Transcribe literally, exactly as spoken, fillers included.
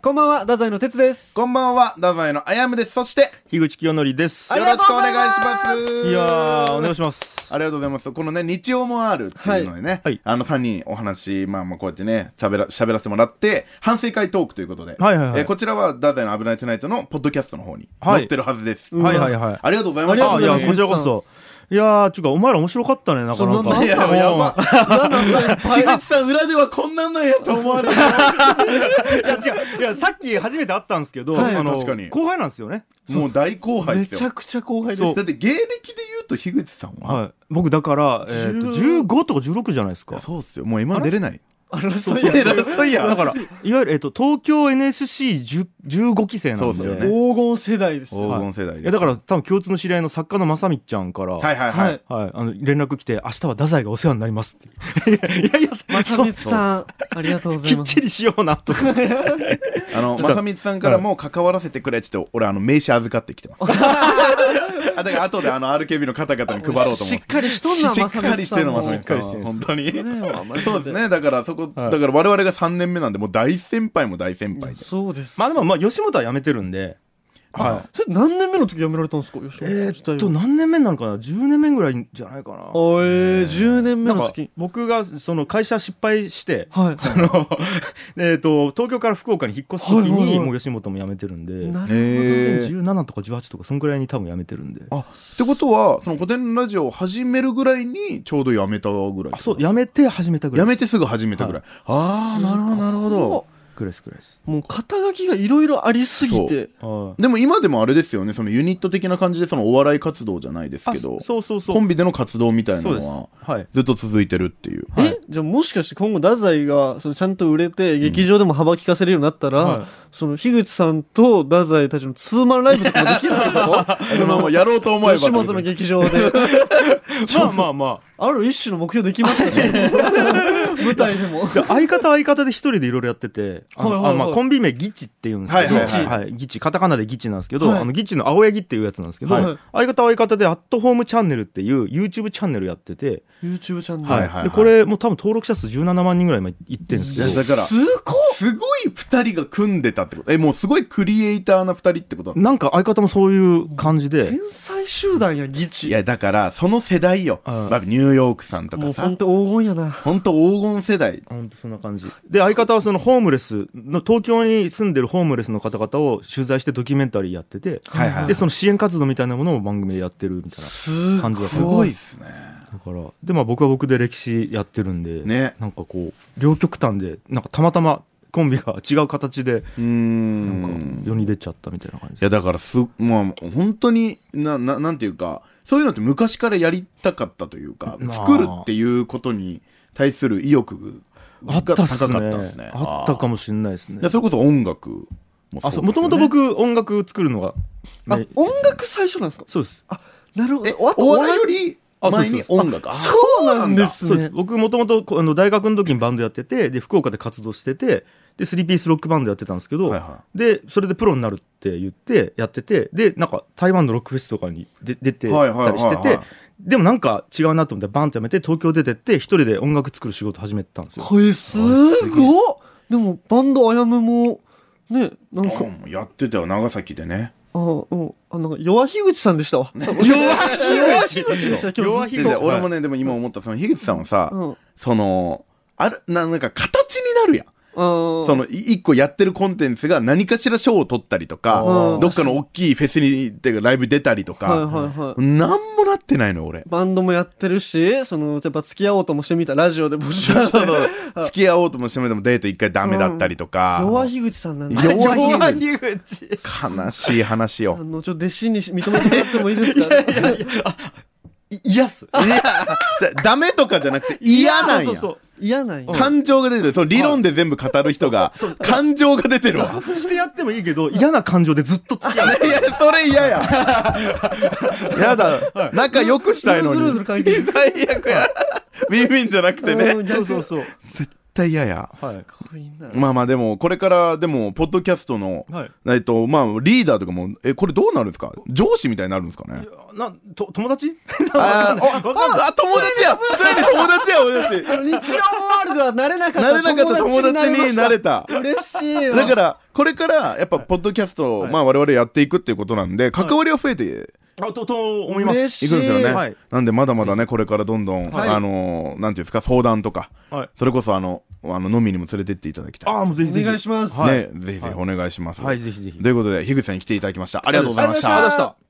こんばんは、太宰の哲です。 こんばんは、太宰のあやむです。そして樋口清則です。 よろしくお願いします。 いやーお願いします。 ありがとうございます。このね、日曜もあるっていうのでね、はい、あのさんにんお話、まあまあこうやってね、喋ら、喋らせてもらって、反省会トークということで、はいはいはい、えー、こちらは太宰の危ないトゥナイトのポッドキャストの方に載ってるはずです。 はいはいはい。 ありがとうございました。 いや、こちらこそ。いやー、ちゅうか、お前ら面白かったね、なかなか。 いや、やば。樋口さん、裏ではこんなんなんやと思われる。いや、違う。いや、さっき初めて会ったんですけど、 はい、 あの、 確かに。 後輩なんですよね。 もう大後輩ですよ。 めちゃくちゃ後輩です。 だって芸歴で言うと、樋口さんは、はい、 僕、だから、えーと、じゅうごとかじゅうろくじゃないですか。 そうっすよ。もう エムワン 出れない。 あら、そうや。だから、いわゆる、えっと、東京 エヌエスシーじゅうご 期生なんで。 そうですよね。 黄金世代ですよ。 黄金世代です。 いや、だから、多分共通の知り合いの作家の正道ちゃんから、 はいはいはい。 はい。あの、連絡来て、明日は太宰がお世話になりますって。いやいや、 正道さん、ありがとうございます。 きっちりしような、と思って。 あの、正道さんからも関わらせてくれって言って、俺、あの、名刺預かってきてます。あ、だから後であの アールケービー の方々に配ろうと思って。 しっかりしとんな、 しっかりしてるの、正道さん。本当に。そうですね。だからそこ、だから我々がさんねんめなんで、もう大先輩も大先輩で。 そうです。 まあでも、まあ、吉本は辞めてるんで。 はい。それ何年目の時辞められたんですか、吉本。 えーっと、何年目なのかな ?じゅうねんめぐらいじゃないかな。 おえー、じゅうねんめの時。 僕が、その、会社失敗して、 はい。 その、えーっと、東京から福岡に引っ越す時に、もう吉本も辞めてるんで、 なるほど。 にせんじゅうななとかじゅうはちとか、そんくらいに多分辞めてるんで。 あ、ってことは、その古典ラジオを始めるぐらいに、ちょうど辞めたぐらい。 あ、そう、辞めて始めたぐらい。 辞めてすぐ始めたぐらい。ああ、なるほど、なるほど。 くらいですくらいです。 もう肩書きがいろいろありすぎて。 でも今でもあれですよね、そのユニット的な感じでそのお笑い活動じゃないですけど、 そうそうそう、 コンビでの活動みたいなのはずっと続いてるっていう。 え、はい、じゃあもしかして今後太宰がそのちゃんと売れて劇場でも幅利かせるようになったら、うん、はい、その樋口さんと太宰たちのツーマンライブとかもできるってことでもやろうと思えば吉本の劇場でまあまあまあある一種の目標できましたね舞台でも相方相方で一人でいろいろやってて、あの、はいはいはい、あ、まあ、コンビ名ギチって言うんですけど、 はいはいはいはい、ギチカタカナでギチなんですけど、はい、あのギチの青柳っていうやつなんですけど、はい、相方は相方でアットホームチャンネルっていう YouTube チャンネルやってて、 YouTube チャンネル、 はいはいはい、でこれもう多分登録者数じゅうななまんにんぐらい今いってるんですけど、 だからすごいすごいふたりが組んでたってこと、え、もうすごいクリエイターなふたりってことなんか相方もそういう感じで天才集団やギチ。 いやだからその世代よ、まあ、ニューヨークさんとかさ、 もう本当黄金やな、 本当黄金世代、 本当そんな感じで、相方はそのホームレスの東京に住んでるホームレスの方々を取材してドキュメンタリーやってて、はいはいはい、でその支援活動みたいなものを番組でやってるみたいな感じだった。 すごいですね。 だからで、まあ、僕は僕で歴史やってるんで、 ね、 なんかこう両極端でなんかたまたまコンビが違う形でうーんなんか世に出ちゃったみたいな感じ。 いやだからす、まあ、本当にな、な、なんていうか、そういうのって昔からやりたかったというか、まあ、作るっていうことに対する意欲が高かったんですね。 あったかもしれないですね。 いやそれこそ音楽もそうですよね。 もともと僕音楽作るのが、 ね、あ、音楽最初なんですか。 そうです。 あ、なるほど。 お笑いより前に音楽。 そうなんですね。 そうです。僕もともと大学の時にバンドやってて、で福岡で活動してて、でスリーピースロックバンドやってたんですけど、はいはい、でそれでプロになるって言ってやってて、でなんか台湾のロックフェスとかにで出てたりしてて、でもなんか違うなと思ってバンってやめて東京出てって一人で音楽作る仕事始めたんですよ。 へえ、すごっ。でもバンドあやむもね、なんかやってたよ、長崎でね。 あ、うん、あ、なんか弱樋口さんでしたわ。 弱樋口でした。弱樋口。俺もね、でも今思った、その樋口さんはさ、うん、そのあるな、なんか形になるやん。その一個やってるコンテンツが何かしら賞を取ったりとか、どっかの大きいフェスにてかライブ出たりとか、はいはいはい、なんもなってないの俺。 バンドもやってるし、そのやっぱ付き合おうともしてみた、ラジオで募集して付き合おうともしてみてもデート一回ダメだったりとか、 うん、弱樋口さんなんだ。 弱樋口悲しい話よ。 あのちょっと弟子に認めてもらってもいいですか。いやいやいや、 嫌っす。いや、 ダメとかじゃなくて嫌なんや。そうそうそう、 嫌なんや。 感情が出てる。その理論で全部語る人が感情が出てるわ。 してやってもいいけど嫌な感情でずっと付き合う。 いやそれ嫌や。やだ。仲良くしたいのに。 ズルズル関係。 最悪や。ウィンウィンじゃなくてね。 そうそうそう。 絶対嫌や。 はい。 まあまあでも、これからでも、ポッドキャストの、はい、えっと、まあ、リーダーとかも、え、これどうなるんですか？上司みたいになるんですかね？ な、と、友達ああ、あ、友達や！ついに友達や、友達。 日曜ワールドはなれなかった。 なれなかった友達になれた。 嬉しいよ。 だから、これから、やっぱ、ポッドキャストを、はい、まあ我々やっていくっていうことなんで、関わりは増えて、 あと、と思います。 嬉しい。 いくんですよね。 はい、 なんで、まだまだね、これからどんどん、はい、あの、なんていうんですか、相談とか、はい、それこそ、あの、あの、飲みにも連れてっていただきたい。 ああ、もうぜひぜひ。 お願いします。 ね、ぜひぜひお願いします。 はい、ぜひぜひ。 ということで、樋口さんに来ていただきました。ありがとうございました。 ありがとうございました。